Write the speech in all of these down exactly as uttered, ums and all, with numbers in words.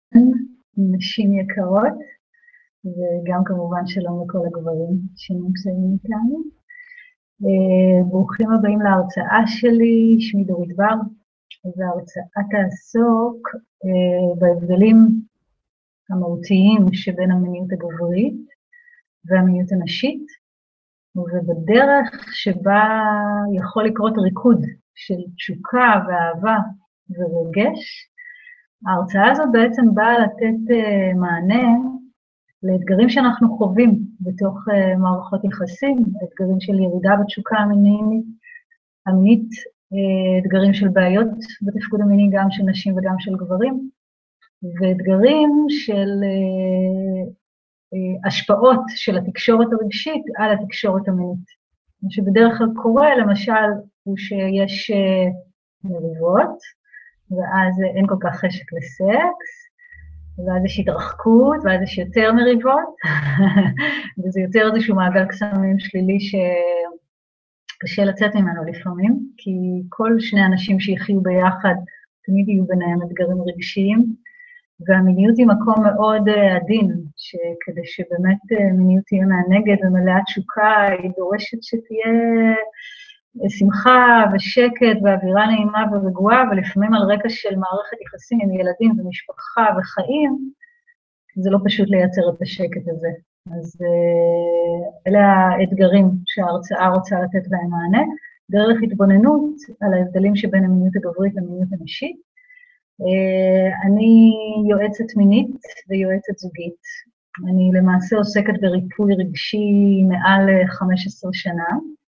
נשים יקרות, וגם כמובן שלום לכל הגברים שנמצאים איתנו. ברוכים הבאים להרצאה שלי, שמי דורית בר, וההרצאה תעסוק בהבדלים המהותיים שבין המיניות הגברית והמיניות הנשית, ובדרך שבה יכול לקרות ריקוד של תשוקה ואהבה ורגש. ההרצאה הזאת בעצם באה לתת מענה לאתגרים שאנחנו חווים בתוך מערכות יחסים, אתגרים של ירידה בתשוקה המינית, המינית, אתגרים של בעיות בתפקוד המיני גם של נשים וגם של גברים, ואתגרים של השפעות של התקשורת הרגשית על התקשורת המינית. מה שבדרך כלל קורה, למשל, הוא שיש מריבות, ואז אין כל כך חשק לסקס, ואז יש התרחקות, ואז יש יותר מריבות, וזה יותר איזשהו מעגל קסמים שלילי שקשה לצאת ממנו לפעמים, כי כל שני אנשים שיחיו ביחד, תמיד יהיו ביניהם אתגרים רגשיים, והמיניות היא מקום מאוד עדין, שכדי שבאמת מיניות תהיה מהנגד ומלאה תשוקה, היא דורשת שתהיה שמחה ושקט ואווירה נעימה ורגועה, ולפעמים על רקע של מערכת יחסים עם ילדים ומשפחה וחיים, זה לא פשוט לייצר את השקט הזה. אז אלה האתגרים שההרצאה רוצה לתת בהם מענה, דרך התבוננות על ההבדלים שבין המיניות הגברית למיניות הנשית. אני יועצת מינית ויועצת זוגית. אני למעשה עוסקת בריפוי רגשי מעל חמש עשרה שנה,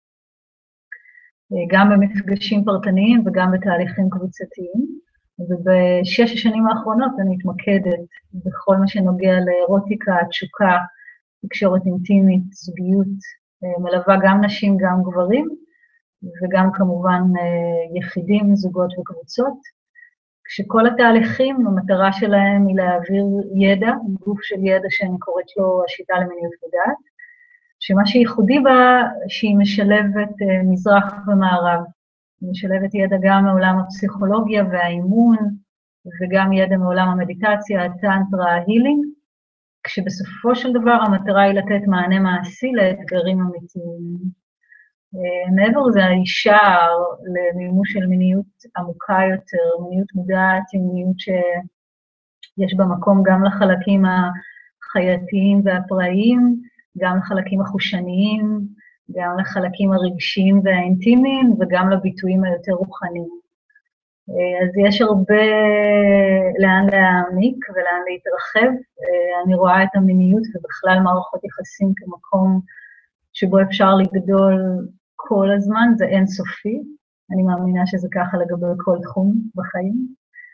גם במפגשים פרטניים וגם בתהליכים קבוצתיים, ובשש השנים האחרונות אני מתמקדת בכל מה שנוגע לאירוטיקה, תשוקה, תקשורת אינטימית, זוגיות, מלווה גם נשים, גם גברים, וגם כמובן יחידים, זוגות וקבוצות, כשכל התהליכים, המטרה שלהם היא להעביר ידע, גוף של ידע שאני קוראת לו השיטה למיניות ודעת, שמה שייחודי בה, שהיא משלבת מזרח ומערב. היא משלבת ידע גם מעולם הפסיכולוגיה והאימון, וגם ידע מעולם המדיטציה, הטנטרה, ההילינג, כשבסופו של דבר המטרה היא לתת מענה מעשי לאתגרים אמיתיים. מעבר לזה, האישה למימוש של מיניות עמוקה יותר, מיניות מודעת, מיניות שיש בה מקום גם לחלקים החייתיים והפראיים, גם לחלקים החושניים, גם לחלקים הרגשיים והאינטימיים, וגם לביטויים היותר רוחניים. אז יש הרבה לאן להעמיק ולאן להתרחב. אני רואה את המיניות ובכלל מערכות יחסים כמקום שבו אפשר לגדול כל הזמן, זה אינסופי. אני מאמינה שזה ככה לגבי כל תחום בחיים.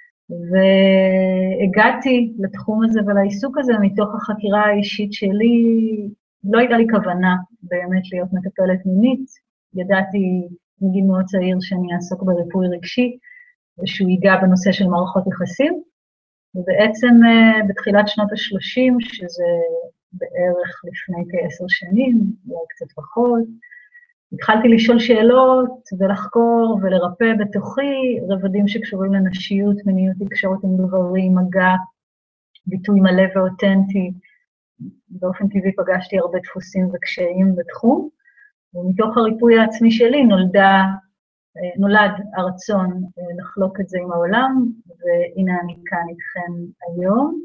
והגעתי לתחום הזה ולעיסוק הזה מתוך החקירה האישית שלי. לא הייתה לי כוונה באמת להיות מטפלת מינית, ידעתי מגיל מאוד צעיר שאני אעסוק בריפוי רגשי, ושהוא ייגע בנושא של מערכות יחסים, ובעצם בתחילת שנות ה-שלושים, שזה בערך לפני כעשר שנים, אולי קצת פחות, התחלתי לשאול שאלות ולחקור ולרפא בתוכי רבדים שקשורים לנשיות, מיניות, תקשורת עם גברים, מגע, ביטוי מלא ואותנטי, באופן טבעי פגשתי הרבה דפוסים וקשיים בתחום, ומתוך הריפוי העצמי שלי נולדה, נולד הרצון לחלוק את זה עם העולם, והנה אני כאן איתכם היום.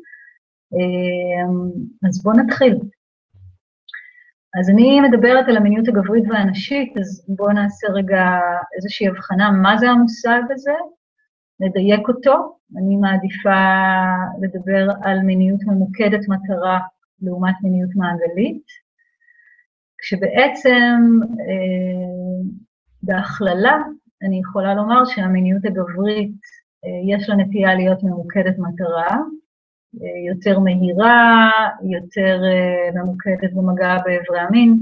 אז בואו נתחיל. אז אני מדברת על המיניות הגברית והנשית, אז בואו נעשה רגע איזושהי הבחנה, מה זה המושג הזה? נדייק אותו. אני מעדיפה לדבר על מיניות ממוקדת מטרה, לעומת מיניות מעגלית, כשבעצם אה, בהכללה אני יכולה לומר שהמיניות הגברית אה, יש לה נטייה להיות ממוקדת מטרה, אה, יותר מהירה, יותר אה, ממוקדת במגע באיברי המין,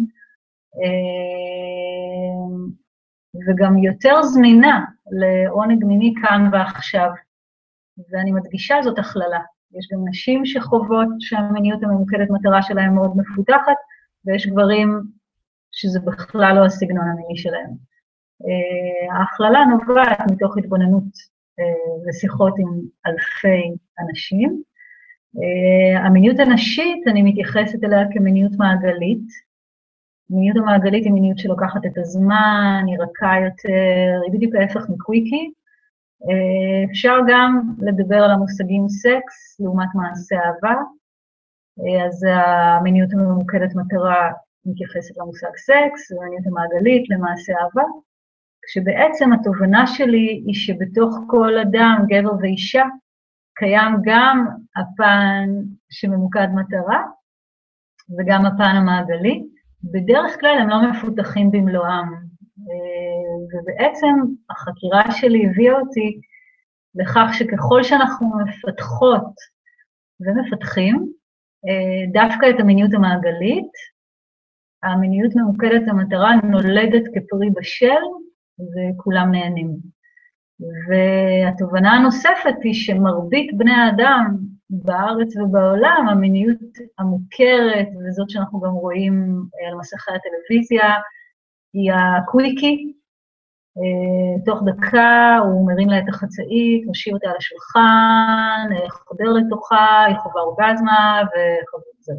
אה, וגם יותר זמינה לעונג מיני כאן ועכשיו, ואני מדגישה זאת הכללה. יש גם נשים שחוות שהמיניות הממוקדת מטרה שלהם מאוד מפותחת, ויש גברים שזה בכלל לא הסגנון המיני שלהם. ההכללה נובעת מתוך התבוננות ושיחות עם אלפי אנשים, המיניות הנשית, אני מתייחסת אליה כמיניות מעגלית. מיניות המעגלית היא מיניות שלוקחת את הזמן, היא רכה יותר, היא בדיוק ההפך מקוויקי. אפשר גם לדבר על המושגים סקס לעומת מעשה אהבה. אז המיניות הממוקדת מטרה מתייחסת למושג סקס, והמיניות המעגלית למעשה אהבה. כשבעצם התובנה שלי היא שבתוך כל אדם, גבר ואישה, קיים גם הפן שממוקד מטרה, וגם הפן המעגלי. בדרך כלל הם לא מפותחים במלואם. ובעצם החקירה שלי הביאה אותי לכך שככל שאנחנו מפתחות ומפתחים, דווקא את המיניות המעגלית, המיניות ממוקדת המטרה נולדת כפרי בשל, וכולם נהנים. והתובנה הנוספת היא שמרבית בני האדם בארץ ובעולם, המיניות המוכרת, וזאת שאנחנו גם רואים על מסכי הטלוויזיה, היא הקוויקי. תוך דקה הוא מרים לה את החצאית, משאיר אותה על השולחן, חודר לתוכה, היא חובה אורגזמה, וזהו.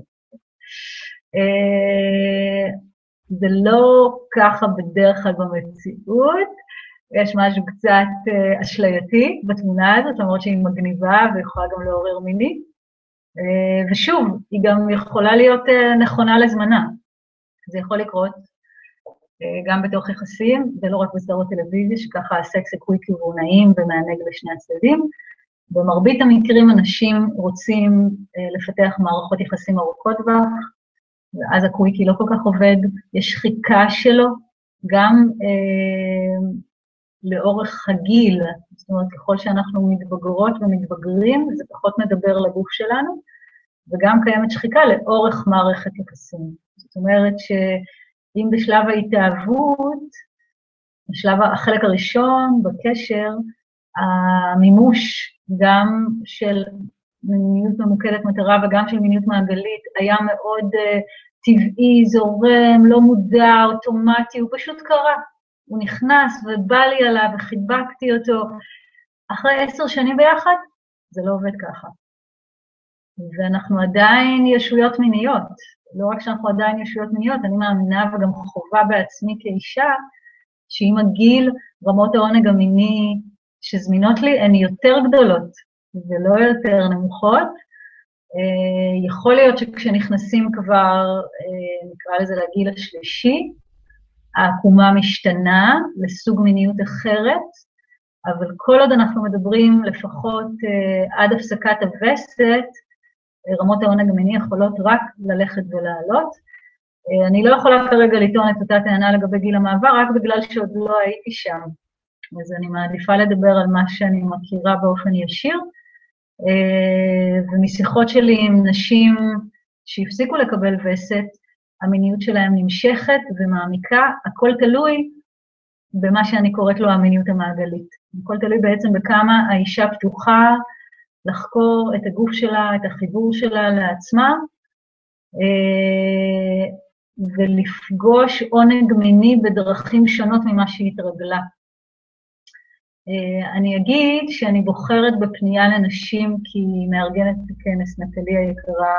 זה לא ככה בדרך כלל במציאות, יש משהו קצת אשלייתי בתמונה הזאת, למרות שהיא מגניבה ויכולה גם לעורר מיני. ושוב, היא גם יכולה להיות נכונה לזמנה. זה יכול לקרות גם בתוך יחסים, ולא רק בסדרות טלוויזיה, שככה הסקס הקוויקי הוא נעים ומענג לשני הצדדים. במרבית המקרים אנשים רוצים לפתח מערכות יחסים ארוכות טווח, ואז הקוויקי לא כל כך עובד, יש שחיקה שלו, גם אה, לאורך הגיל, זאת אומרת, ככל שאנחנו מתבגרות ומתבגרים, זה פחות מדבר לגוף שלנו, וגם קיימת שחיקה לאורך מערכת יחסים. זאת אומרת שאם בשלב ההתאהבות, בשלב החלק הראשון בקשר, המימוש גם של מיניות ממוקדת מטרה וגם של מיניות מעגלית היה מאוד uh, טבעי, זורם, לא מודע, אוטומטי, הוא פשוט קרה. הוא נכנס ובא לי עליו וחיבקתי אותו. אחרי עשר שנים ביחד, זה לא עובד ככה. ואנחנו עדיין ישויות מיניות. לא רק שאנחנו עדיין ישויות מיניות, אני מאמינה וגם חובה בעצמי כאישה, שעם הגיל רמות העונג המיני שזמינות לי הן יותר גדולות ולא יותר נמוכות. יכול להיות שכשנכנסים כבר, נקרא לזה לגיל השלישי, העקומה משתנה לסוג מיניות אחרת, אבל כל עוד אנחנו מדברים לפחות עד הפסקת הווסת, רמות העונג המיני יכולות רק ללכת ולעלות. אני לא יכולה כרגע לטעון את אותה טענה לגבי גיל המעבר, רק בגלל שעוד לא הייתי שם. אז אני מעדיפה לדבר על מה שאני מכירה באופן ישיר, ומשיחות שלי עם נשים שהפסיקו לקבל וסת, המיניות שלהם נמשכת ומעמיקה, הכל תלוי במה שאני קוראת לו המיניות המעגלית. הכל תלוי בעצם בכמה האישה פתוחה לחקור את הגוף שלה, את החיבור שלה לעצמה, ולפגוש עונג מיני בדרכים שונות ממה שהיא התרגלה. אני אגיד שאני בוחרת בפנייה לנשים, כי היא מארגנת את הכנס, נטלי היקרה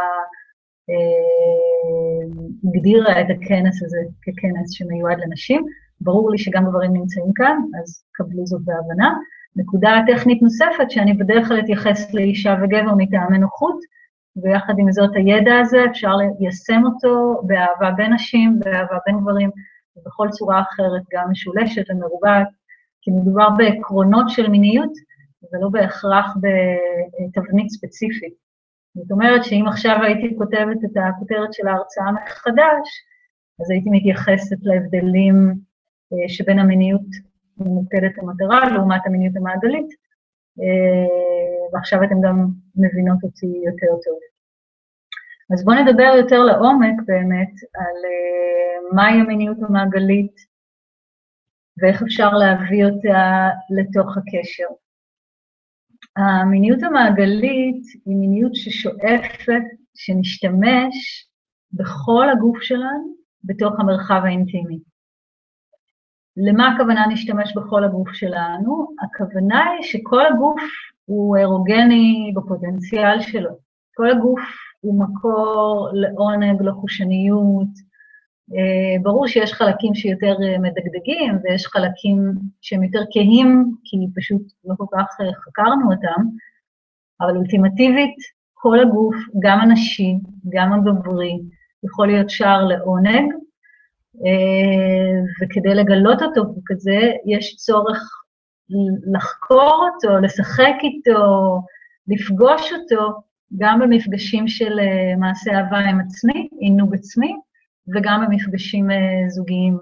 הגדירה את הכנס הזה ככנס שמיועד לנשים. ברור לי שגם גברים נמצאים כאן, אז קבלו זאת בהבנה. נקודה טכנית נוספת, שאני בדרך כלל אתייחס לאישה וגבר מטעמי נוחות, ויחד עם זאת הידע הזה אפשר ליישם אותו באהבה בין נשים, באהבה בין גברים, ובכל צורה אחרת, גם משולשת ומרובעת, כי מדובר בעקרונות של מיניות, ולא בהכרח בתבנית ספציפית. זאת אומרת שאם עכשיו הייתי כותבת את הכותרת של ההרצאה מחדש, אז הייתי מתייחסת להבדלים שבין המיניות ממוקדת המטרה, לעומת המיניות המעגלית, ועכשיו אתם גם מבינות אותי יותר טוב. אז בואו נדבר יותר לעומק באמת על מהי המיניות המעגלית, ואיך אפשר להביא אותה לתוך הקשר. המיניות המעגלית היא מיניות ששואפת, שנשתמש בכל הגוף שלנו בתוך המרחב האינטימי. למה הכוונה נשתמש בכל הגוף שלנו? הכוונה היא שכל הגוף הוא אירוגני בפוטנציאל שלו. כל הגוף הוא מקור לעונג, לחושניות. ברור שיש חלקים שיותר מדגדגים, ויש חלקים שהם יותר כהים, כי פשוט לא כל כך חקרנו אותם, אבל אולטימטיבית, כל הגוף, גם הנשי, גם הגברי, יכול להיות שער לעונג, וכדי לגלות אותו כזה, יש צורך לחקור אותו, לשחק איתו, לפגוש אותו, גם במפגשים של מעשה אהבה עם עצמי, עינוג עצמי, וגם במפגשים זוגיים.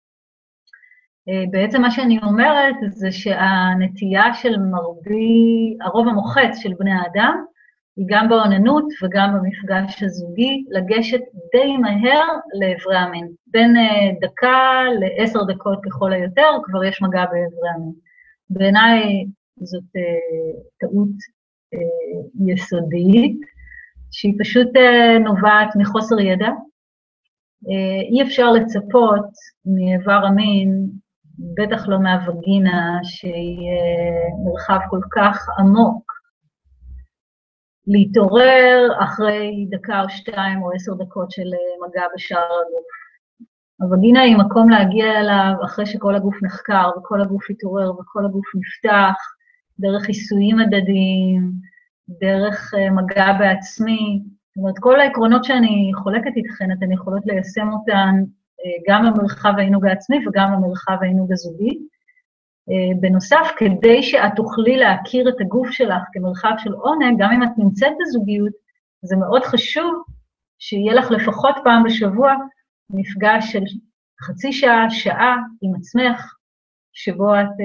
בעצם מה שאני אומרת זה שהנטייה של מרבי, הרוב המוחץ של בני האדם, היא גם באוננות וגם במפגש הזוגי, לגשת די מהר לעברי המין. בין דקה לעשר דקות ככל היותר, כבר יש מגע בעברי המין. בעיניי זאת טעות יסודית, שהיא פשוט נובעת מחוסר ידע. אי אפשר לצפות מעבר המין, בטח לא מהווגינה, שהיא מרחב כל כך עמוק, להתעורר אחרי דקה או שתיים או עשר דקות של מגע בשער הגוף. הווגינה היא מקום להגיע אליו אחרי שכל הגוף נחקר, וכל הגוף יתעורר, וכל הגוף נפתח, דרך עיסויים הדדיים, דרך מגע בעצמי. זאת אומרת, כל העקרונות שאני חולקת איתכן, אתן יכולות ליישם אותן גם במרחב העינוג העצמי וגם במרחב העינוג הזוגי. בנוסף, כדי שאת תוכלי להכיר את הגוף שלך כמרחב של עונג, גם אם את נמצאת בזוגיות, זה מאוד חשוב שיהיה לך לפחות פעם בשבוע מפגש של חצי שעה, שעה עם עצמך, שבו את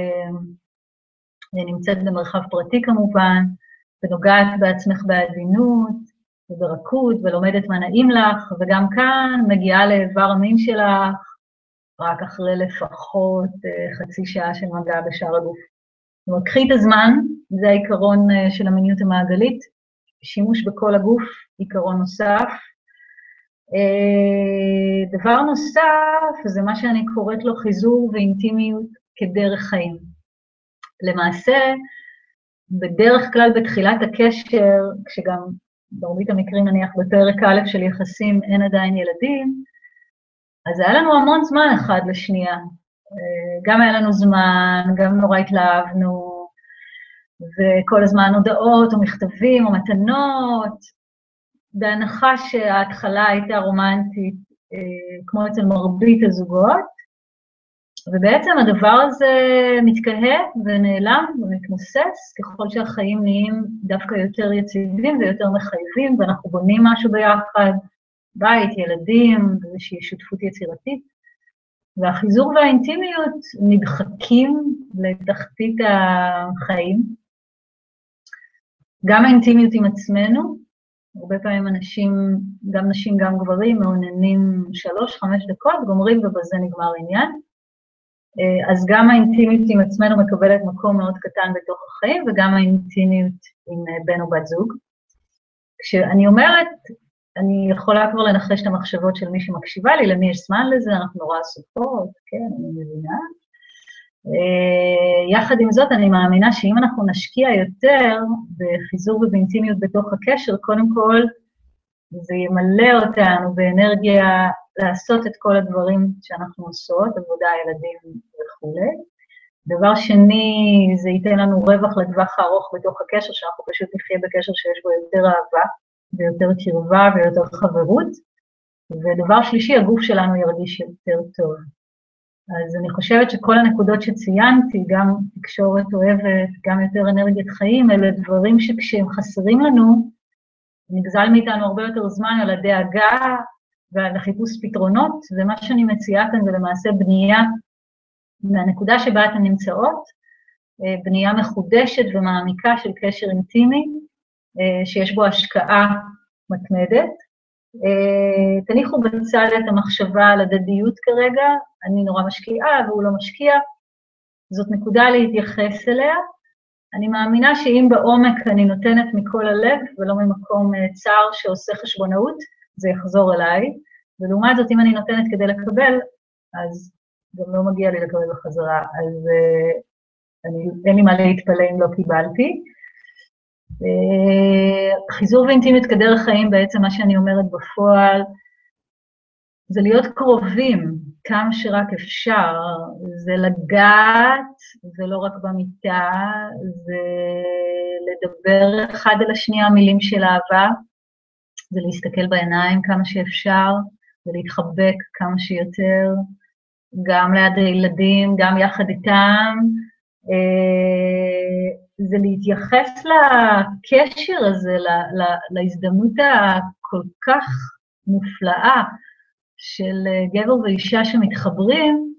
נמצאת במרחב פרטי כמובן, ונוגעת בעצמך בעדינות, וברכות, ולומדת מה נעים לך, וגם כאן מגיעה לאיבר המין שלך, רק אחרי לפחות חצי שעה של מגע בשער הגוף. זאת אומרת, קחי את הזמן, זה העיקרון של המיניות המעגלית, שימוש בכל הגוף, עיקרון נוסף. דבר נוסף, זה מה שאני קוראת לו חיזור ואינטימיות כדרך חיים. למעשה, בדרך כלל בתחילת הקשר, כשגם ברובית המקרים נניח בפרק א' של יחסים אין עדיין ילדים, אז היה לנו המון זמן אחד לשנייה. גם היה לנו זמן, גם נורא התלהבנו, וכל הזמן הודעות או מכתבים או מתנות, בהנחה שההתחלה הייתה רומנטית, כמו אצל מרבית הזוגות, ובעצם הדבר הזה מתקהה ונעלם ומתמוסס, ככל שהחיים נהיים דווקא יותר יציבים ויותר מחייבים, ואנחנו בונים משהו ביחד, בית, ילדים, איזושהי שותפות יצירתית, והחיזור והאינטימיות נדחקים לתחתית החיים. גם האינטימיות עם עצמנו, הרבה פעמים אנשים, גם נשים, גם גברים, מעוננים שלוש, חמש דקות, גומרים ובזה נגמר עניין. אז גם האינטימיות עם עצמנו מקבלת מקום מאוד קטן בתוך החיים, וגם האינטימיות עם בן או בת זוג. כשאני אומרת, אני יכולה כבר לנחש את המחשבות של מי שמקשיבה לי, למי יש זמן לזה, אנחנו נורא עסוקות, כן, אני מבינה. יחד עם זאת, אני מאמינה שאם אנחנו נשקיע יותר בחיזור ובאינטימיות בתוך הקשר, קודם כל, זה ימלא אותנו באנרגיה לעשות את כל הדברים שאנחנו עושות, עבודה, ילדים וכו'. דבר שני, זה ייתן לנו רווח לטווח הארוך בתוך הקשר, שאנחנו פשוט נחיה בקשר שיש בו יותר אהבה, ויותר קרבה ויותר חברות. ודבר שלישי, הגוף שלנו ירגיש יותר טוב. אז אני חושבת שכל הנקודות שציינתי, גם תקשורת אוהבת, גם יותר אנרגיית חיים, אלה דברים שכשהם חסרים לנו, נגזל מאיתנו הרבה יותר זמן על הדאגה ועל החיפוש פתרונות, ומה שאני מציעה כאן זה למעשה בנייה מהנקודה שבה אתן נמצאות, בנייה מחודשת ומעמיקה של קשר אינטימי, שיש בו השקעה מתמדת. תניחו בצד את המחשבה על הדדיות כרגע, אני נורא משקיעה והוא לא משקיע, זאת נקודה להתייחס אליה. אני מאמינה שאם בעומק אני נותנת מכל הלב, ולא ממקום צר שעושה חשבונאות, זה יחזור אליי, ולעומת זאת אם אני נותנת כדי לקבל, אז גם לא מגיע לי לקבל בחזרה, אז אני, אין לי מה להתפלא אם לא קיבלתי. חיזור ואינטימיות כדרך חיים, בעצם מה שאני אומרת בפועל, זה להיות קרובים כמה שרק אפשר, זה לגעת, זה לא רק במיטה, זה לדבר אחד על השנייה מילים של אהבה, זה להסתכל בעיניים כמה שאפשר, זה להתחבק כמה שיותר, גם ליד הילדים, גם יחד איתם, זה להתייחס לקשר הזה, להזדמנות הכל כך מופלאה של גבר ואישה שמתחברים,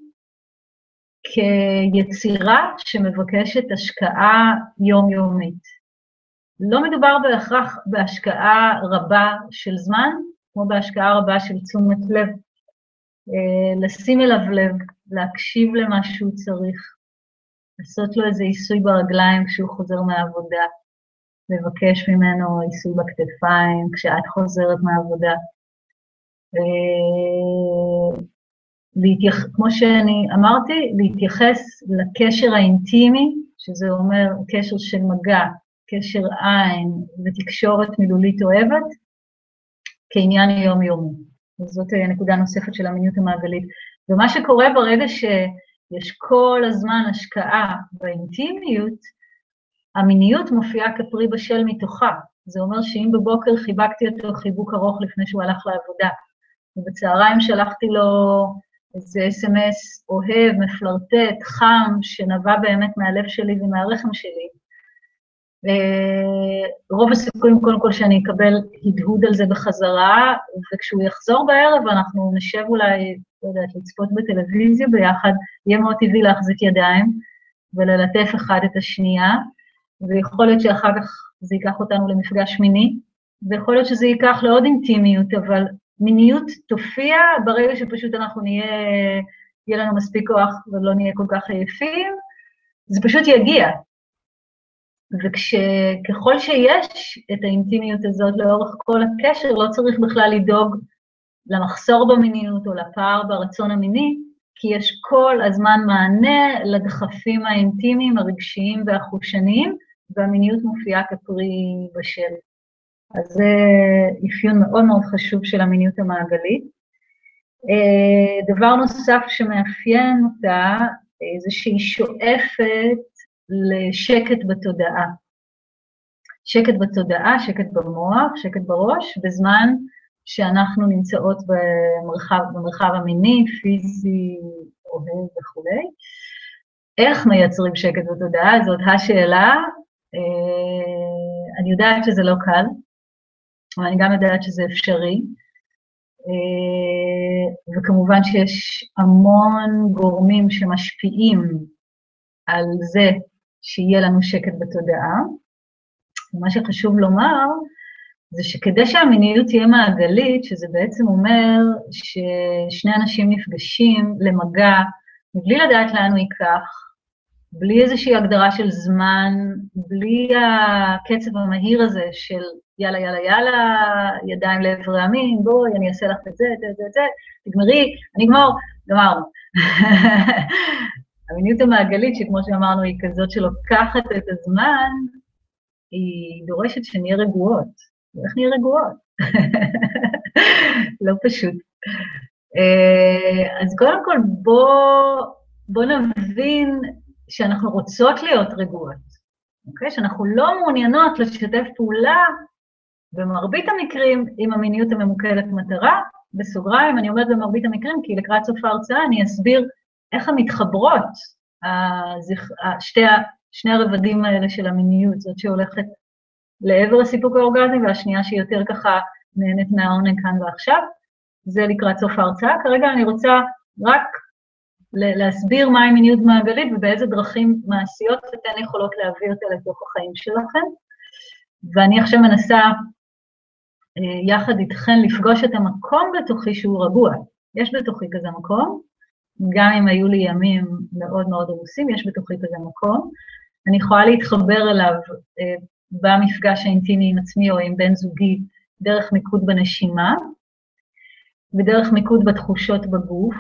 כיצירה שמבקשת השקעה יומיומית. לא מדובר בהכרח בהשקעה רבה של זמן, כמו בהשקעה רבה של תשומת לב, לשים אליו לב, להקשיב למה שהוא צריך, לעשות לו איזה עיסוי ברגליים כשהוא חוזר מהעבודה, לבקש ממנו עיסוי בכתפיים כשאת חוזרת מהעבודה. להתייח... כמו שאני אמרתי, להתייחס לקשר האינטימי, שזה אומר קשר של מגע, קשר עין ותקשורת מילולית אוהבת, כעניין יומיומי. זאת נקודה נוספת של המיניות המעגלית. ומה שקורה ברגע שיש כל הזמן השקעה באינטימיות, המיניות מופיעה כפרי בשל מתוכה. זה אומר שאם בבוקר חיבקתי אותו חיבוק ארוך לפני שהוא הלך לעבודה, ובצהריים שלחתי לו איזה אס אם אס אוהב, מפלרטט, חם, שנבע באמת מהלב שלי ומהרחם שלי, רוב הסיכויים קודם כל שאני אקבל הדהוד על זה בחזרה, וכשהוא יחזור בערב אנחנו נשב אולי, לא יודעת, לצפות בטלוויזיה ביחד, יהיה מאוד טבעי להחזיק ידיים וללטף אחד את השנייה, ויכול להיות שאחר כך זה ייקח אותנו למפגש מיני, ויכול להיות שזה ייקח לעוד אינטימיות, אבל מיניות תופיע ברגע שפשוט אנחנו נהיה, יהיה לנו מספיק כוח ולא נהיה כל כך עייפים, זה פשוט יגיע. וככל שיש את האינטימיות הזאת לאורך כל הקשר, לא צריך בכלל לדאוג למחסור במיניות או לפער ברצון המיני, כי יש כל הזמן מענה לדחפים האינטימיים, הרגשיים והחושניים, והמיניות מופיעה כפרי בשל. אז זה אפיון מאוד מאוד חשוב של המיניות המעגלית. דבר נוסף שמאפיין אותה, זה שהיא שואפת לשקט בתודעה. שקט בתודעה, שקט במוח, שקט בראש, בזמן שאנחנו נמצאות במרחב, במרחב המיני, פיזי, אוהב וכו'. איך מייצרים שקט בתודעה? זאת השאלה. אני יודעת שזה לא קל, אבל אני גם יודעת שזה אפשרי. וכמובן שיש המון גורמים שמשפיעים על זה שיהיה לנו שקט בתודעה. ומה שחשוב לומר, זה שכדי שהמיניות תהיה מעגלית, שזה בעצם אומר ששני אנשים נפגשים למגע, מבלי לדעת לאן הוא ייקח, בלי איזושהי הגדרה של זמן, בלי הקצב המהיר הזה של יאללה, יאללה, יאללה, ידיים לעבר המין, בואי, אני אעשה לך את זה, את זה, את זה, תגמרי, אני אגמור, גמרנו. המיניות המעגלית, שכמו שאמרנו, היא כזאת שלוקחת את הזמן, היא דורשת שנהיה רגועות. איך נהיה רגועות? לא פשוט. אז קודם כל, בוא, בוא נבין שאנחנו רוצות להיות רגועות, אוקיי? שאנחנו לא מעוניינות לשתף פעולה במרבית המקרים עם המיניות הממוקדת מטרה, בסוגריים, אני אומרת במרבית המקרים, כי לקראת סוף ההרצאה אני אסביר איך המתחברות, שתי, שני הרבדים האלה של המיניות, זאת שהולכת לעבר הסיפוק האורגזמי, והשנייה שהיא יותר ככה נהנית מהעונג כאן ועכשיו, זה לקראת סוף ההרצאה. כרגע אני רוצה רק להסביר מהי מיניות מעגלית, ובאיזה דרכים מעשיות אתן יכולות להביא אותה לתוך החיים שלכם. ואני עכשיו מנסה יחד איתכן לפגוש את המקום בתוכי שהוא רגוע. יש בתוכי כזה מקום, גם אם היו לי ימים מאוד מאוד עמוסים, יש בתוכי כזה מקום. אני יכולה להתחבר אליו אה, במפגש האינטימי עם עצמי או עם בן זוגי, דרך מיקוד בנשימה, ודרך מיקוד בתחושות בגוף,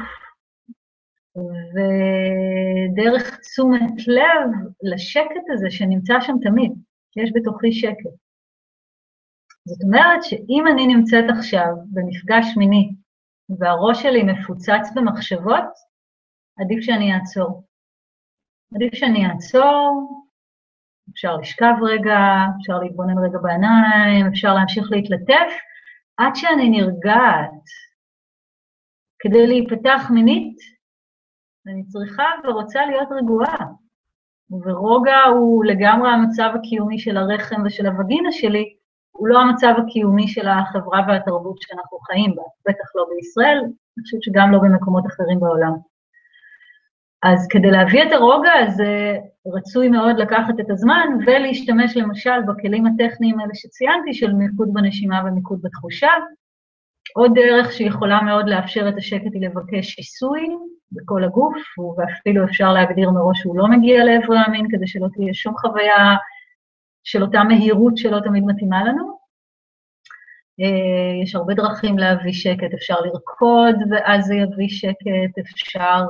ודרך תשומת לב לשקט הזה שנמצא שם תמיד. יש בתוכי שקט. זאת אומרת שאם אני נמצאת עכשיו במפגש מיני, והראש שלי מפוצץ במחשבות, עדיף שאני אעצור. עדיף שאני אעצור, אפשר לשכב רגע, אפשר להתבונן רגע בעיניים, אפשר להמשיך להתלטף, עד שאני נרגעת. כדי להיפתח מינית, אני צריכה ורוצה להיות רגועה. ורוגע הוא לגמרי המצב הקיומי של הרחם ושל הווגינה שלי, הוא לא המצב הקיומי של החברה והתרבות שאנחנו חיים בה, בטח לא בישראל, אני חושבת שגם לא במקומות אחרים בעולם. אז כדי להביא את הרוגע הזה, רצוי מאוד לקחת את הזמן ולהשתמש למשל בכלים הטכניים האלה שציינתי, של מיקוד בנשימה ומיקוד בתחושה. עוד דרך שיכולה מאוד לאפשר את השקט היא לבקש שיסוי בכל הגוף, ואפילו אפשר להגדיר מראש שהוא לא מגיע לעבר המין, כדי שלא תהיה שום חוויה של אותה מהירות שלא תמיד מתאימה לנו. יש הרבה דרכים להביא שקט, אפשר לרקוד ואז זה יביא שקט, אפשר,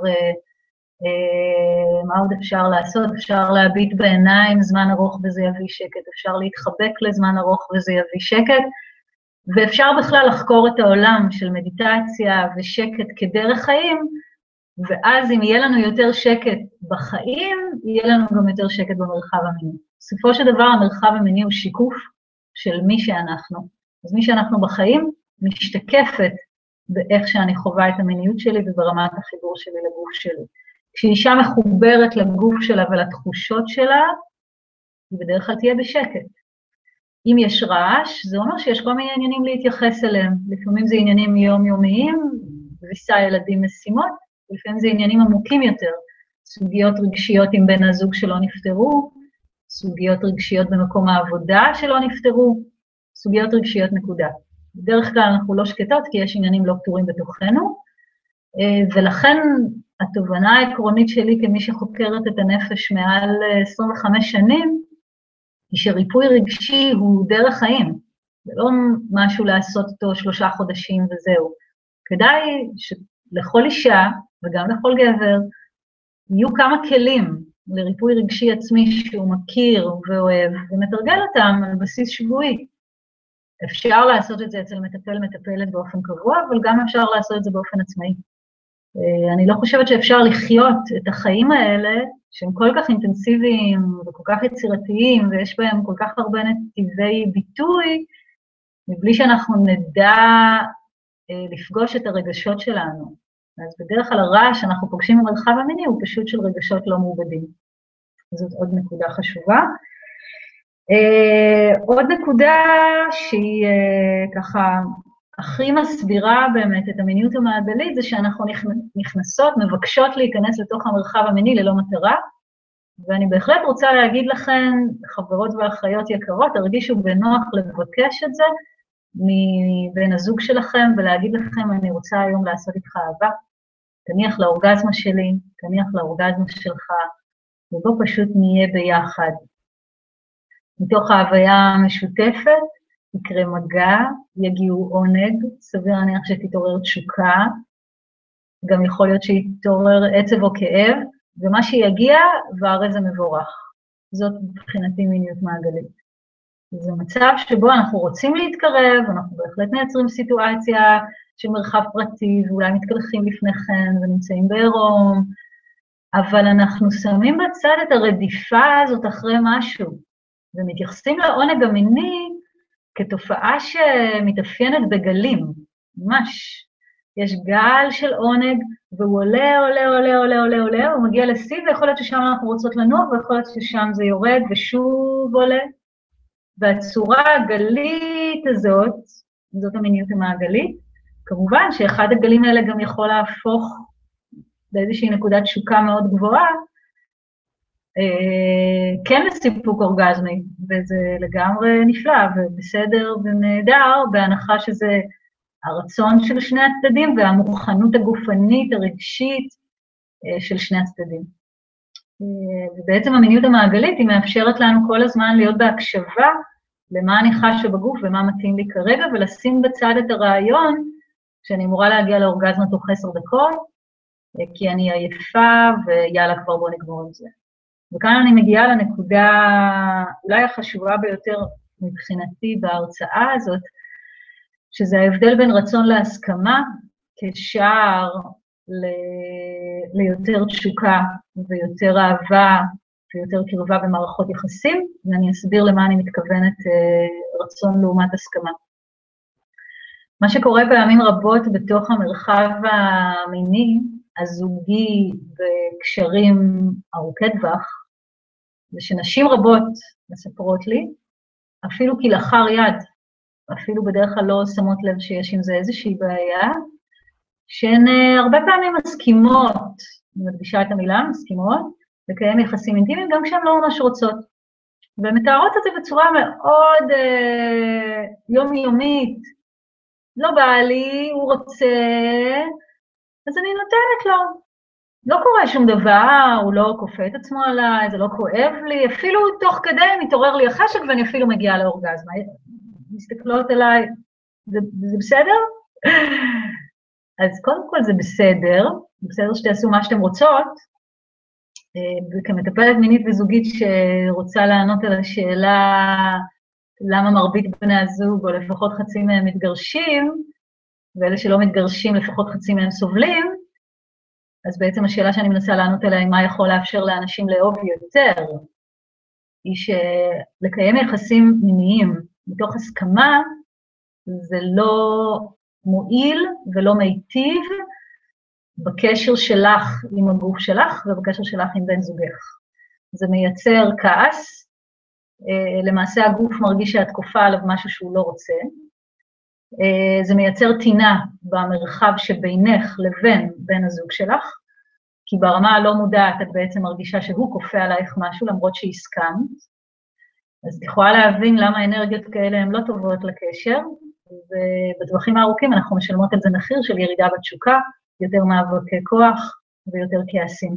מה עוד אפשר לעשות? אפשר להביט בעיניים זמן ארוך וזה יביא שקט, אפשר להתחבק לזמן ארוך וזה יביא שקט, ואפשר בכלל לחקור את העולם של מדיטציה ושקט כדרך חיים, ואז אם יהיה לנו יותר שקט בחיים, יהיה לנו גם יותר שקט במרחב המיני. בסופו של דבר המרחב המיני הוא שיקוף של מי שאנחנו. אז מי שאנחנו בחיים משתקפת באיך שאני חווה את המיניות שלי וברמת החיבור שלי לגוף שלי. כשאישה מחוברת לגוף שלה ולתחושות שלה, היא בדרך כלל תהיה בשקט. אם יש רעש, זה אומר שיש כל מיני עניינים להתייחס אליהם. לפעמים זה עניינים יומיומיים, ויסה ילדים משימות, לפעמים זה עניינים עמוקים יותר, סוגיות רגשיות עם בן הזוג שלא נפטרו, סוגיות רגשיות במקום העבודה שלא נפטרו, סוגיות רגשיות נקודה. בדרך כלל אנחנו לא שקטות, כי יש עניינים לא פתורים בתוכנו, ולכן התובנה העקרונית שלי כמי שחוקרת את הנפש מעל עשרים וחמש שנים, היא שריפוי רגשי הוא דרך חיים, זה לא משהו לעשות אותו שלושה חודשים וזהו. כדאי שלכל אישה וגם לכל גבר יהיו כמה כלים לריפוי רגשי עצמי שהוא מכיר ואוהב, ומתרגל אותם על בסיס שבועי. אפשר לעשות את זה אצל מטפל מטפלת באופן קבוע, אבל גם אפשר לעשות את זה באופן עצמאי. אני לא חושבת שאפשר לחיות את החיים האלה, שהם כל כך אינטנסיביים וכל כך יצירתיים, ויש בהם כל כך הרבה נתיבי ביטוי, מבלי שאנחנו נדע לפגוש את הרגשות שלנו. אז בדרך כלל הרעש שאנחנו פוגשים במרחב המיני הוא פשוט של רגשות לא מעובדים. זאת עוד נקודה חשובה. עוד נקודה שהיא ככה הכי מסבירה באמת את המיניות המעגלית, זה שאנחנו נכנסות, מבקשות להיכנס לתוך המרחב המיני ללא מטרה, ואני בהחלט רוצה להגיד לכם, חברות ואחיות יקרות, תרגישו בנוח לבקש את זה מבן הזוג שלכם, ולהגיד לכם, אני רוצה היום לעשות איתך אהבה, תניח לאורגזמה שלי, תניח לאורגזמה שלך, ובוא פשוט נהיה ביחד. מתוך ההוויה המשותפת, יקרה מגע, יגיעו עונג, סביר להניח שתתעורר תשוקה, גם יכול להיות שיתעורר עצב או כאב, ומה שיגיע, והרי זה מבורך. זאת מבחינתי מיניות מעגלית. זה מצב שבו אנחנו רוצים להתקרב, אנחנו בהחלט מייצרים סיטואציה של מרחב פרטי, ואולי מתקלחים לפני כן ונמצאים בעירום, אבל אנחנו שמים בצד את הרדיפה הזאת אחרי משהו, ומתייחסים לעונג המיני כתופעה שמתאפיינת בגלים, ממש. יש גל של עונג, והוא עולה, עולה, עולה, עולה, עולה, עולה, הוא מגיע לשיא, ויכול להיות ששם אנחנו רוצות לנוח, ויכול להיות ששם זה יורד ושוב עולה. והצורה הגלית הזאת, זאת המיניות המעגלית, כמובן שאחד הגלים האלה גם יכול להפוך באיזושהי נקודת תשוקה מאוד גבוהה, כן לסיפוק אורגזמי, וזה לגמרי נפלא ובסדר ונהדר, בהנחה שזה הרצון של שני הצדדים והמוכנות הגופנית, הרגשית של שני הצדדים. ובעצם המיניות המעגלית היא מאפשרת לנו כל הזמן להיות בהקשבה למה אני חשה בגוף ומה מתאים לי כרגע, ולשים בצד את הרעיון שאני אמורה להגיע לאורגזמה תוך עשר דקות, כי אני עייפה ויאללה כבר בוא נגמור עם זה. וכאן אני מגיעה לנקודה אולי החשובה ביותר מבחינתי בהרצאה הזאת, שזה ההבדל בין רצון להסכמה כשער ל- ליותר תשוקה ויותר אהבה ויותר קרבה במערכות יחסים, ואני אסביר למה אני מתכוונת רצון לעומת הסכמה. מה שקורה פעמים רבות בתוך המרחב המיני, הזוגי וקשרים ארוכי טווח, זה שנשים רבות מספרות לי, אפילו כלאחר יד, אפילו בדרך כלל לא שמות לב שיש עם זה איזושהי בעיה, שהן הרבה פעמים מסכימות, אני מדגישה את המילה, מסכימות, לקיים יחסים אינטימיים גם כשהן לא ממש רוצות. והן מתארות את זה בצורה מאוד אה, יומיומית, לא בא לי, הוא רוצה, אז אני נותנת לו. לא קורה שום דבר, הוא לא כופה את עצמו עליי, זה לא כואב לי, אפילו תוך כדי מתעורר לי החשק ואני אפילו מגיעה לאורגזמה. מסתכלות אליי, זה, זה בסדר? אז קודם כל זה בסדר, זה בסדר שתעשו מה שאתם רוצות, וכמטפלת מינית וזוגית שרוצה לענות על השאלה למה מרבית בני הזוג, או לפחות חצי מהם מתגרשים, ואלה שלא מתגרשים לפחות חצי מהם סובלים, אז בעצם השאלה שאני מנסה לענות עליה היא מה יכול לאפשר לאנשים לאהוב יותר, היא שלקיים יחסים מיניים מתוך הסכמה, זה לא מועיל ולא מיטיב בקשר שלך עם הגוף שלך ובקשר שלך עם בן זוגך. זה מייצר כעס, למעשה הגוף מרגיש שאת כופה עליו משהו שהוא לא רוצה, זה מייצר טינה במרחב שבינך לבין בן הזוג שלך, כי ברמה הלא מודעת את בעצם מרגישה שהוא כופה עלייך משהו למרות שהסכמת, אז את יכולה להבין למה אנרגיות כאלה הן לא טובות לקשר, ובטווחים הארוכים אנחנו משלמות על זה מחיר של ירידה בתשוקה, יותר מאבקי כוח ויותר כעסים.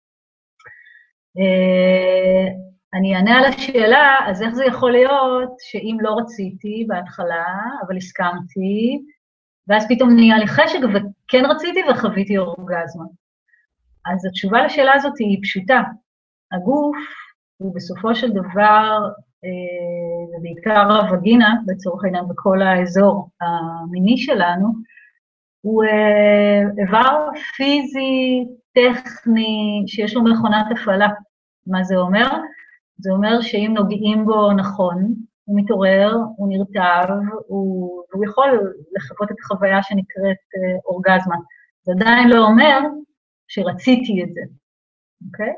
אני אענה על השאלה, אז איך זה יכול להיות שאם לא רציתי בהתחלה, אבל הסכמתי, ואז פתאום נהיה לי חשק וכן רציתי וחוויתי אורגזמה. אז התשובה לשאלה הזאת היא פשוטה. הגוף הוא בסופו של דבר, ובעיקר הווגינה, בצורך העניין בכל האזור המיני שלנו, הוא איבר פיזי, טכני, שיש לו מכונת הפעלה. מה זה אומר? זה אומר שאם נוגעים בו נכון, הוא מתעורר, הוא נרטב, הוא, הוא יכול לחוות את החוויה שנקראת אורגזמה. זה עדיין לא אומר שרציתי את זה, אוקיי?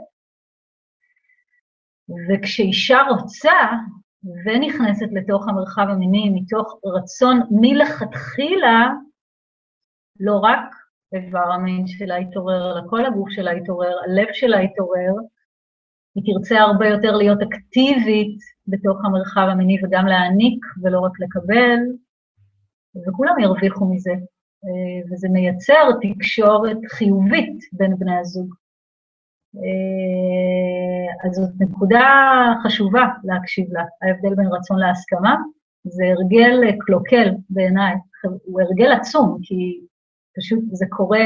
וכשאישה רוצה ונכנסת לתוך המרחב המיני, מתוך רצון מלכתחילה, לא רק איבר המין שלה יתעורר, אלא כל הגוף שלה יתעורר, הלב שלה יתעורר, היא תרצה הרבה יותר להיות אקטיבית בתוך המרחב המיני וגם להעניק ולא רק לקבל, וכולם ירוויחו מזה. וזה מייצר תקשורת חיובית בין בני הזוג. אז זאת נקודה חשובה להקשיב לה. ההבדל בין רצון להסכמה, זה הרגל קלוקל בעיניי, הוא הרגל עצום, כי פשוט זה קורה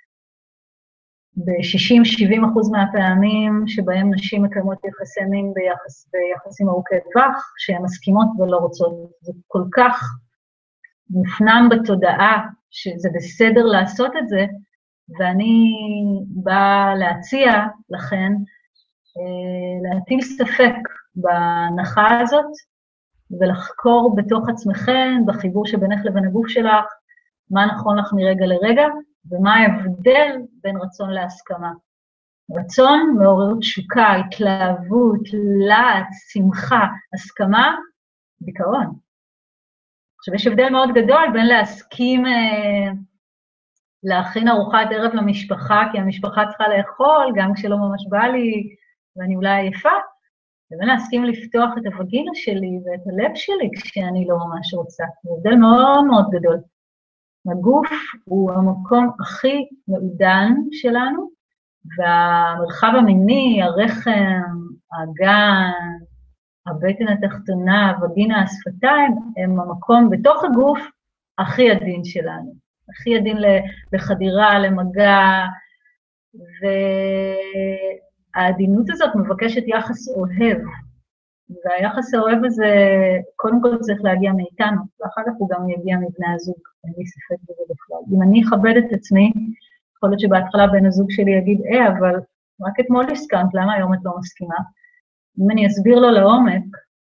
ב-שישים שבעים אחוז מהפעמים שבהם נשים מקיימות יחסי מין ביחס, ביחסים ארוכי טווח, שהן מסכימות ולא רוצות. זה כל כך מופנם בתודעה שזה בסדר לעשות את זה, ואני באה להציע לכן, להטיל ספק בהנחה הזאת, ולחקור בתוך עצמכם, בחיבור שבינך לבין הגוף שלך, מה נכון לך מרגע לרגע, ומה ההבדל בין רצון להסכמה. רצון מעורר תשוקה, התלהבות, לעץ, שמחה, הסכמה, דיכאון. עכשיו, יש הבדל מאוד גדול בין להסכים אה, להכין ארוחת ערב למשפחה, כי המשפחה צריכה לאכול, גם כשלא ממש בא לי, ואני אולי עייפה, לבין להסכים לפתוח את הווגינה שלי ואת הלב שלי כשאני לא ממש רוצה. זה הבדל מאוד מאוד גדול. הגוף הוא המקום הכי מעודן שלנו, והמרחב המיני, הרחם, האגן, הבטן התחתונה, הווגינה, השפתיים, הם המקום בתוך הגוף הכי עדין שלנו. הכי עדין לחדירה, למגע, ו... העדינות הזאת מבקשת יחס אוהב, והיחס האוהב הזה, קודם כל צריך להגיע מאיתנו, ואחר כך הוא גם יגיע מבני הזוג, אין לי ספק בזה בכלל. אם אני אכבד את עצמי, יכול להיות שבהתחלה בן הזוג שלי יגיד, אה, אבל רק אתמול הסכמת, למה היום את לא מסכימה? אם אני אסביר לו לעומק,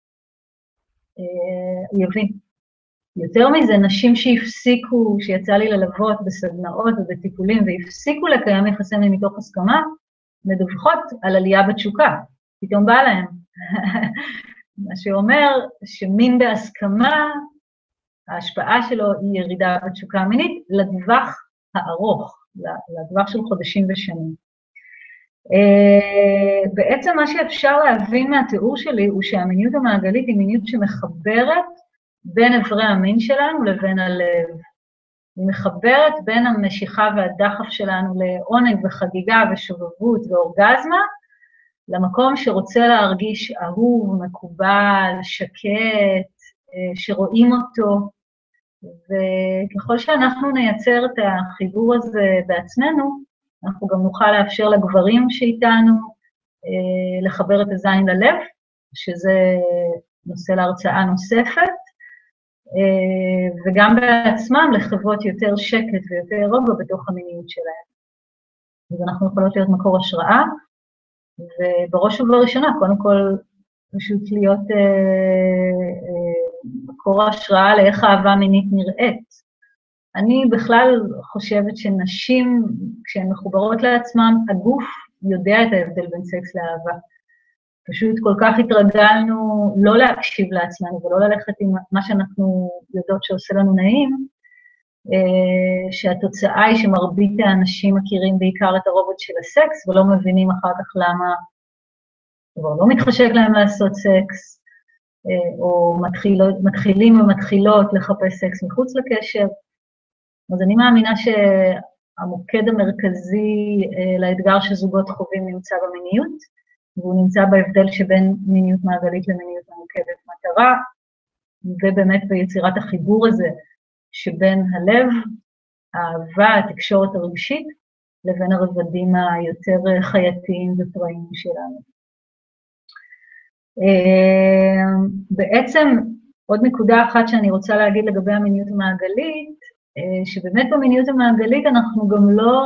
הוא יבין. יותר מזה, נשים שהפסיקו, שיצא לי ללוות בסדנאות ובטיפולים, והפסיקו לקיים יחסי מין מתוך הסכמה, מדווחות על עלייה בתשוקה, פתאום בא להם. מה שאומר שמין בהסכמה, ההשפעה שלו היא ירידה בתשוקה המינית, לטווח הארוך, לטווח של חודשים ושנים. בעצם מה שאפשר להבין מהתיאור שלי, הוא שהמיניות המעגלית היא מיניות שמחברת בין איברי המין שלנו לבין הלב. היא מחברת בין המשיכה והדחף שלנו לעונג וחגיגה ושובבות ואורגזמה, למקום שרוצה להרגיש אהוב, מקובל, שקט, שרואים אותו, וככל שאנחנו נייצר את החיבור הזה בעצמנו, אנחנו גם נוכל לאפשר לגברים שאיתנו לחבר את הזין ללב, שזה נושא להרצאה נוספת, וגם בעצמם לחוות יותר שקט ויותר רוגע בתוך המיניות שלהם. אז אנחנו יכולות להיות מקור השראה, ובראש ובראשונה, קודם כל, פשוט להיות אה, אה, מקור השראה לאיך אהבה מינית נראית. אני בכלל חושבת שנשים, כשהן מחוברות לעצמם, הגוף יודע את ההבדל בין סקס לאהבה. פשוט כל כך התרגלנו לא להקשיב לעצמנו, ולא ללכת עם מה שאנחנו יודעות שעושה לנו נעים, שהתוצאה היא שמרבית האנשים מכירים בעיקר את הרובד של הסקס, ולא מבינים אחר כך למה, כבר לא מתחשק להם לעשות סקס, או מתחילות, מתחילים ומתחילות לחפש סקס מחוץ לקשר. אז אני מאמינה שהמוקד המרכזי לאתגר שזוגות חווים נמצא במיניות, והוא נמצא בהבדל שבין מיניות מעגלית למיניות ממוקדת מטרה, ובאמת ביצירת החיבור הזה, שבין הלב, האהבה, התקשורת הרגשית, לבין הרבדים היותר חייתיים ופראיים שלנו. בעצם, עוד נקודה אחת שאני רוצה להגיד לגבי המיניות המעגלית, שבאמת במיניות המעגלית אנחנו גם לא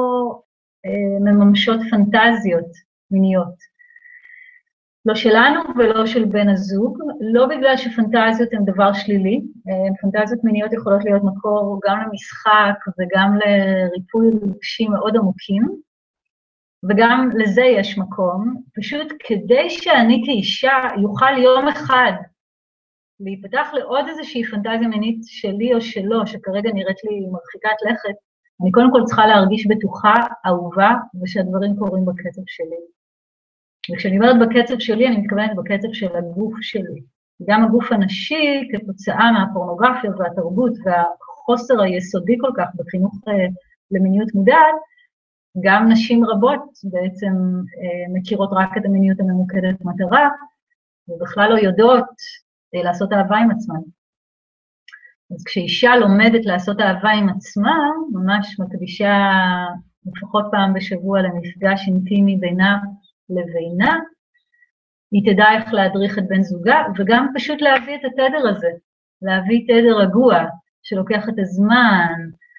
מממשות פנטזיות מיניות. לא שלנו ולא של בן הזוג, לא בגלל שפנטזיות הן דבר שלילי, פנטזיות מיניות יכולות להיות מקור גם למשחק וגם לריפוי רגשי מאוד עמוקים, וגם לזה יש מקום, פשוט כדי שאני כאישה יוכל יום אחד להיפתח לעוד איזושהי פנטזיה מינית שלי או שלו, שכרגע נראית לי מרחיקת לכת, אני קודם כל צריכה להרגיש בטוחה, אהובה, ושהדברים קורים בקצב שלי. וכשאני אומרת בקצב שלי, אני מתכוונת בקצב של הגוף שלי. גם הגוף הנשי, כתוצאה מהפורנוגרפיה והתרבות והחוסר היסודי כל כך בחינוך למיניות מודעת, גם נשים רבות בעצם מכירות רק את המיניות הממוקדת מטרה, ובכלל לא יודעות לעשות אהבה עם עצמן. אז כשאישה לומדת לעשות אהבה עם עצמה, ממש מקדישה לפחות פעם בשבוע למפגש אינטימי בינה לבינה, היא תדע איך להדריך את בן זוגה, וגם פשוט להביא את התדר הזה, להביא תדר רגוע, שלוקח את הזמן,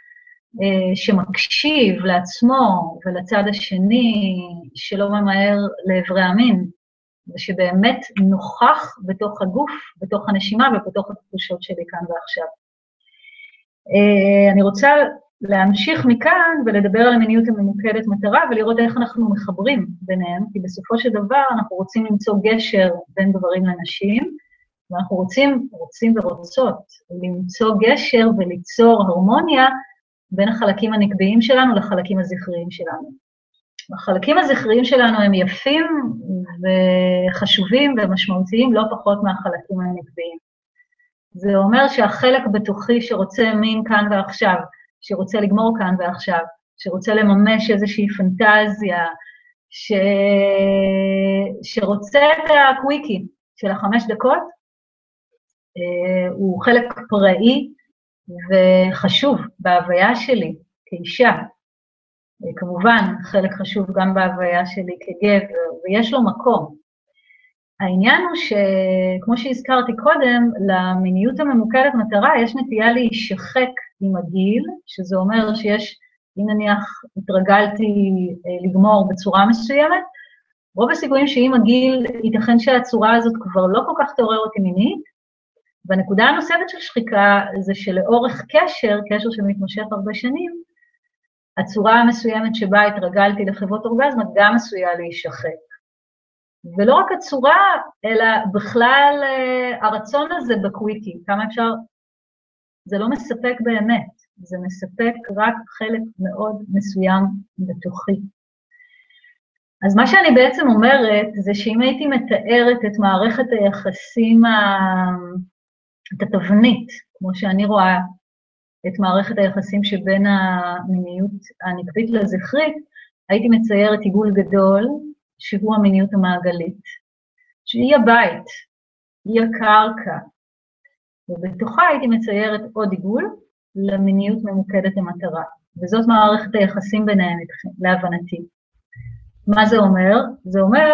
שמקשיב לעצמו ולצד השני, שלא ממהר לעברי המין, ושבאמת נוכח בתוך הגוף, בתוך הנשימה ובתוך התחושות שלי כאן ועכשיו. אני רוצה להמשיך מכאן ולדבר על המיניות הממוקדת מטרה, ולראות איך אנחנו מחברים ביניהם, כי בסופו של דבר אנחנו רוצים למצוא גשר בין גברים לנשים, ואנחנו רוצים, רוצים ורוצות למצוא גשר וליצור הרמוניה בין החלקים הנקביים שלנו לחלקים הזכריים שלנו. החלקים הזכריים שלנו הם יפים וחשובים ומשמעותיים לא פחות מהחלקים הנקביים. זה אומר שהחלק בתוכי שרוצה מין כאן ועכשיו, שרוצה לגמור כאן ועכשיו, שרוצה לממש איזושהי פנטזיה, ש... שרוצה את הקוויקי של החמש דקות, הוא חלק פראי וחשוב בהוויה שלי כאישה. כמובן, חלק חשוב גם בהוויה שלי כגבר, ויש לו מקום. העניין הוא שכמו שהזכרתי קודם, למיניות הממוקדת מטרה יש נטייה להישחק עם הגיל, שזה אומר שיש, אם נניח התרגלתי לגמור בצורה מסוימת, רוב הסיכויים שעם הגיל ייתכן שהצורה הזאת כבר לא כל כך תעורר אותי מינית, והנקודה הנוספת של שחיקה זה שלאורך קשר, קשר שמתמשך הרבה שנים, הצורה המסוימת שבה התרגלתי לחוות אורגזמה גם עשויה להישחק. ולא רק הצורה, אלא בכלל הרצון הזה בקוויקי, כמה אפשר, זה לא מספק באמת, זה מספק רק חלק מאוד מסוים בתוכי. אז מה שאני בעצם אומרת, זה שאם הייתי מתארת את מערכת היחסים, את התבנית, כמו שאני רואה את מערכת היחסים שבין המיניות הנקבית לזכרית, הייתי מציירת עיגול גדול, שהוא המיניות המעגלית, שהיא הבית, היא הקרקע, ובתוכה הייתי מציירת עוד עיגול למיניות ממוקדת המטרה, וזאת מערכת היחסים ביניהם להבנתי. מה זה אומר? זה אומר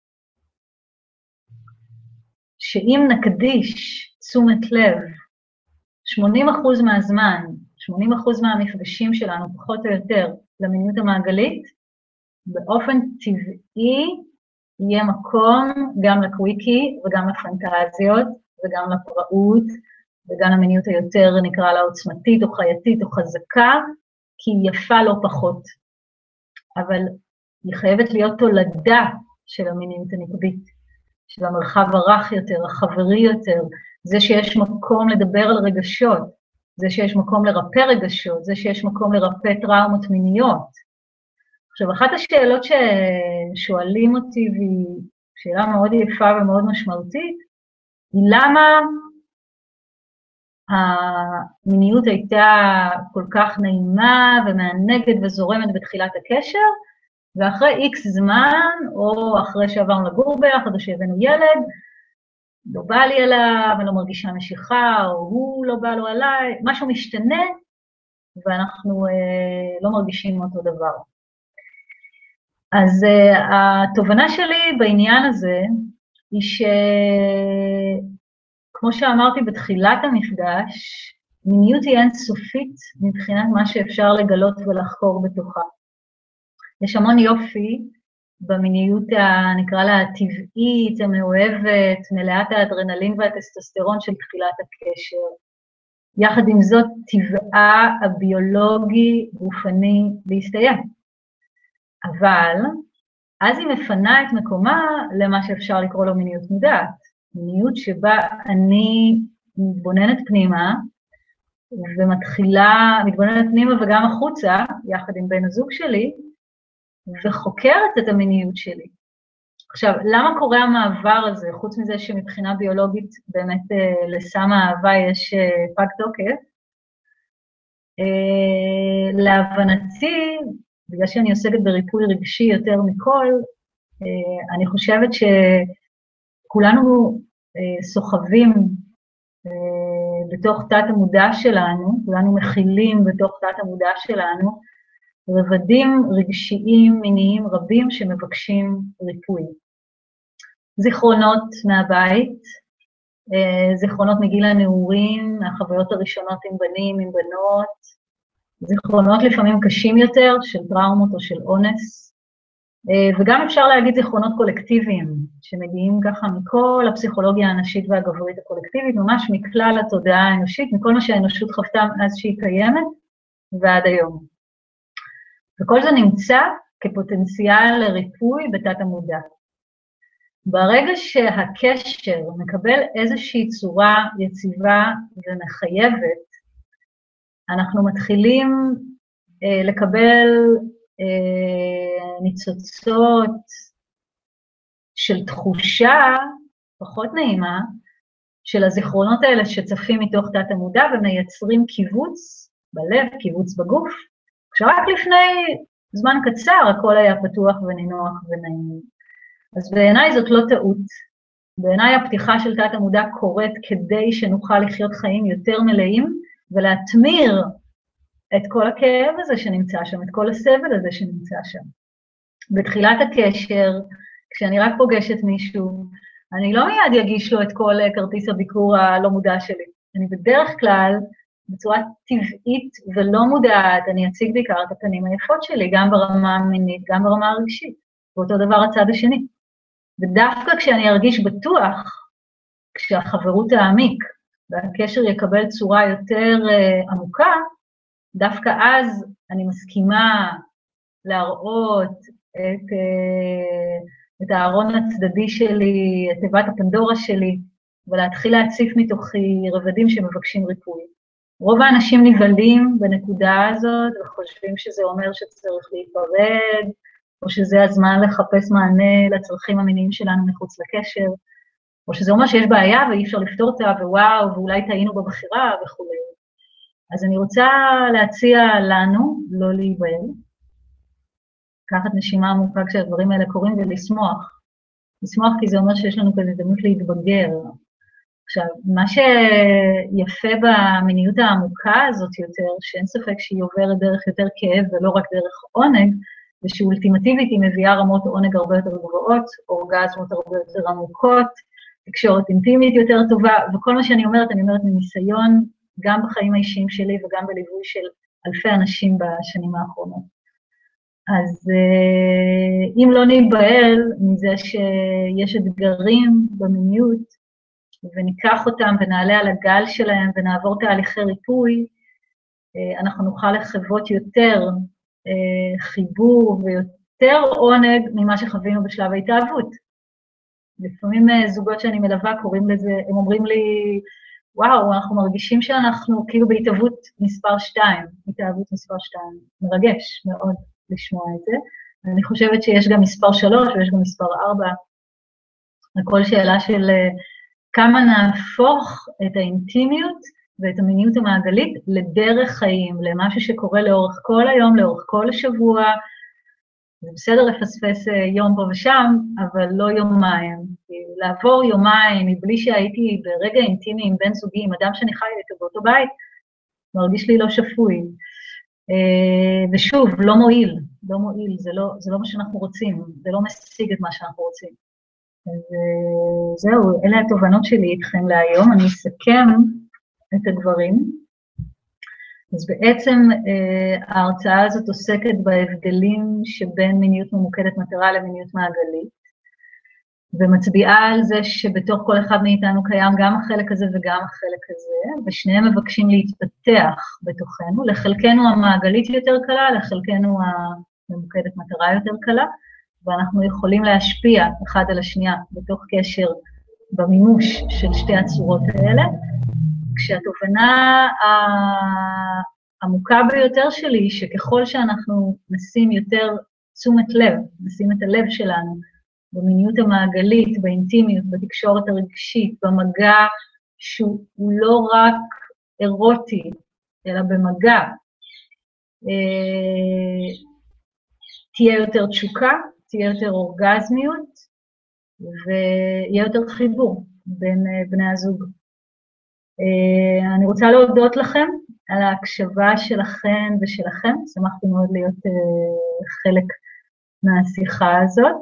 שאם נקדיש תשומת לב, שמונים אחוז מהזמן, שמונים אחוז מהמפגשים שלנו, פחות או יותר, למיניות המעגלית, באופן טבעי יהיה מקום גם לקוויקי וגם לפנטזיות וגם לפראות וגם למיניות היותר נקרא לה עוצמתית או חייתית או חזקה, כי היא יפה לא פחות. אבל היא חייבת להיות תולדה של המיניות הנקבית, של המרחב הרך יותר, החברי יותר, זה שיש מקום לדבר על רגשות, זה שיש מקום לרפא רגשות, זה שיש מקום לרפא טראומות מיניות. עכשיו, אחת השאלות ששואלים אותי, והיא שאלה מאוד יפה ומאוד משמעותית, היא למה המיניות הייתה כל כך נעימה ומענגת וזורמת בתחילת הקשר, ואחרי איקס זמן, או אחרי שעברנו לגור ביחד, או שהבאנו ילד, לא בא לי עליו, אני לא מרגישה משיכה, או הוא לא בא לו עליי, משהו משתנה, ואנחנו אה, לא מרגישים אותו דבר. אז uh, התובנה שלי בעניין הזה היא שכמו שאמרתי בתחילת המפגש, מיניות היא אינסופית מבחינת מה שאפשר לגלות ולחקור בתוכה. יש המון יופי במיניות, נקרא לה הטבעית, המאוהבת, מלאת האדרנלין והטסטוסטרון של תחילת הקשר. יחד עם זאת, טבעה הביולוגי גופני להסתיים. אבל אז היא מפנה את מקומה למה שאפשר לקרוא לו מיניות מודעת. מיניות שבה אני מתבוננת פנימה, ומתחילה, מתבוננת פנימה וגם החוצה, יחד עם בן הזוג שלי, וחוקרת את המיניות שלי. עכשיו, למה קורה המעבר הזה, חוץ מזה שמבחינה ביולוגית באמת לסם האהבה יש פג תוקף? להבנתי, בגלל שאני עוסקת בריפוי רגשי יותר מכל, אני חושבת שכולנו סוחבים בתוך תת המודע שלנו, כולנו מכילים בתוך תת המודע שלנו, רבדים רגשיים מיניים רבים שמבקשים ריפוי. זיכרונות מהבית, זיכרונות מגיל הנעורים, החוויות הראשונות עם בנים, עם בנות, זיכרונות לפעמים קשים יותר, של טראומות או של אונס, וגם אפשר להגיד זיכרונות קולקטיביים, שמגיעים ככה מכל הפסיכולוגיה הנשית והגברית הקולקטיבית, ממש מכלל התודעה האנושית, מכל מה שהאנושות חוותה אז שהיא קיימת, ועד היום. וכל זה נמצא כפוטנציאל לריפוי בתת המודע. ברגע שהקשר מקבל איזושהי צורה יציבה ומחייבת, אנחנו מתחילים אה, לקבל אה, ניצוצות של תחושה פחות נעימה, של הזיכרונות האלה שצפים מתוך תת המודע ומייצרים קיבוץ בלב, קיבוץ בגוף, כשרק לפני זמן קצר הכל היה פתוח ונינוח ונעים. אז בעיניי זאת לא טעות. בעיניי הפתיחה של תת המודע קורית כדי שנוכל לחיות חיים יותר מלאים, ולהתמיר את כל הכאב הזה שנמצא שם, את כל הסבל הזה שנמצא שם. בתחילת הקשר, כשאני רק פוגשת מישהו, אני לא מיד אגיש לו את כל כרטיס הביקור הלא מודע שלי. אני בדרך כלל, בצורה טבעית ולא מודעת, אני אציג בעיקר את הפנים היפות שלי, גם ברמה המינית, גם ברמה הרגשית, ואותו דבר הצד השני. ודווקא כשאני ארגיש בטוח, כשהחברות תעמיק, והקשר יקבל צורה יותר uh, עמוקה, דווקא אז אני מסכימה להראות את, uh, את הארון הצדדי שלי, את תיבת הפנדורה שלי, ולהתחיל להציף מתוכי רבדים שמבקשים ריפוי. רוב האנשים נבהלים בנקודה הזאת, וחושבים שזה אומר שצריך להיפרד, או שזה הזמן לחפש מענה לצרכים המיניים שלנו מחוץ לקשר, או שזה אומר שיש בעיה ואי אפשר לפתור אותה, ווואו, ואולי טעינו בבחירה וכו'. אז אני רוצה להציע לנו לא להיבהל, לקחת נשימה עמוקה כשהדברים האלה קורים ולשמוח. לשמוח כי זה אומר שיש לנו כזה הזדמנות להתבגר. עכשיו, מה שיפה במיניות העמוקה הזאת יותר, שאין ספק שהיא עוברת דרך יותר כאב ולא רק דרך עונג, ושאולטימטיבית היא מביאה רמות עונג הרבה יותר גבוהות, אורגזמות הרבה יותר עמוקות, תקשורת אינטימית יותר טובה, וכל מה שאני אומרת, אני אומרת מניסיון, גם בחיים האישיים שלי וגם בליווי של אלפי אנשים בשנים האחרונות. אז אם לא ניבהל מזה שיש אתגרים במיניות, וניקח אותם ונעלה על הגל שלהם ונעבור תהליכי ריפוי, אנחנו נוכל לחוות יותר חיבור ויותר עונג ממה שחווינו בשלב ההתאהבות. לפעמים זוגות שאני מלווה קוראים לזה, הם אומרים לי, וואו, אנחנו מרגישים שאנחנו כאילו בהתאהבות מספר שתיים, התאהבות מספר שתיים, מרגש מאוד לשמוע את זה. אני חושבת שיש גם מספר שלוש ויש גם מספר ארבע, הכל שאלה של כמה נהפוך את האינטימיות ואת המיניות המעגלית לדרך חיים, למשהו שקורה לאורך כל היום, לאורך כל השבוע, זה בסדר לפספס יום פה ושם, אבל לא יומיים. לעבור יומיים מבלי שהייתי ברגע אינטימי עם בן זוגי, עם אדם שאני חיה איתו באותו בית, מרגיש לי לא שפוי. ושוב, לא מועיל, לא מועיל, זה לא, זה לא מה שאנחנו רוצים, זה לא משיג את מה שאנחנו רוצים. אז זהו, אלה התובנות שלי איתכם להיום, אני אסכם את הדברים. אז בעצם ההרצאה הזאת עוסקת בהבדלים שבין מיניות ממוקדת מטרה למיניות מעגלית, ומצביעה על זה שבתוך כל אחד מאיתנו קיים גם החלק הזה וגם החלק הזה, ושניהם מבקשים להתפתח בתוכנו, לחלקנו המעגלית יותר קלה, לחלקנו הממוקדת מטרה יותר קלה, ואנחנו יכולים להשפיע אחד על השנייה בתוך קשר במימוש של שתי הצורות האלה, כשהתובנה העמוקה ביותר שלי היא שככל שאנחנו נשים יותר תשומת לב, נשים את הלב שלנו במיניות המעגלית, באינטימיות, בתקשורת הרגשית, במגע שהוא לא רק אירוטי, אלא במגע, תהיה יותר תשוקה, תהיה יותר אורגזמיות, ויהיה יותר חיבור בין בני הזוג. אני רוצה להודות לכם על ההקשבה שלכם ושלכם, שמחתי מאוד להיות חלק מהשיחה הזאת.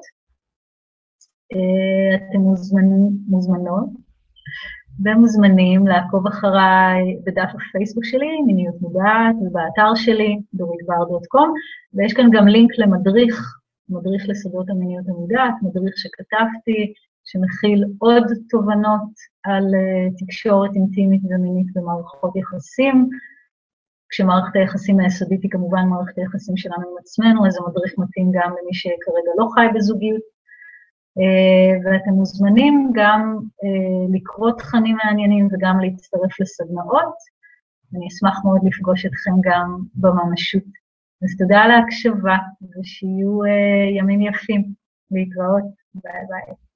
אתם מוזמנים, מוזמנות ומוזמנים לעקוב אחריי בדף הפייסבוק שלי, מיניות מודעת, ובאתר שלי, דורית בר דוט קום, ויש כאן גם לינק למדריך, מדריך לסודות המיניות המודעת, מדריך שכתבתי, שמכיל עוד תובנות על uh, תקשורת אינטימית ומינית במערכות יחסים, כשמערכת היחסים היסודית היא כמובן מערכת היחסים שלנו עם עצמנו, אז המדריך מתאים גם למי שכרגע לא חי בזוגיות, uh, ואתם מוזמנים גם uh, לקרוא תכנים מעניינים וגם להצטרף לסדנאות, אני אשמח מאוד לפגוש אתכם גם בממשות. אז תודה על ההקשבה, ושיהיו uh, ימים יפים להתראות, ביי ביי.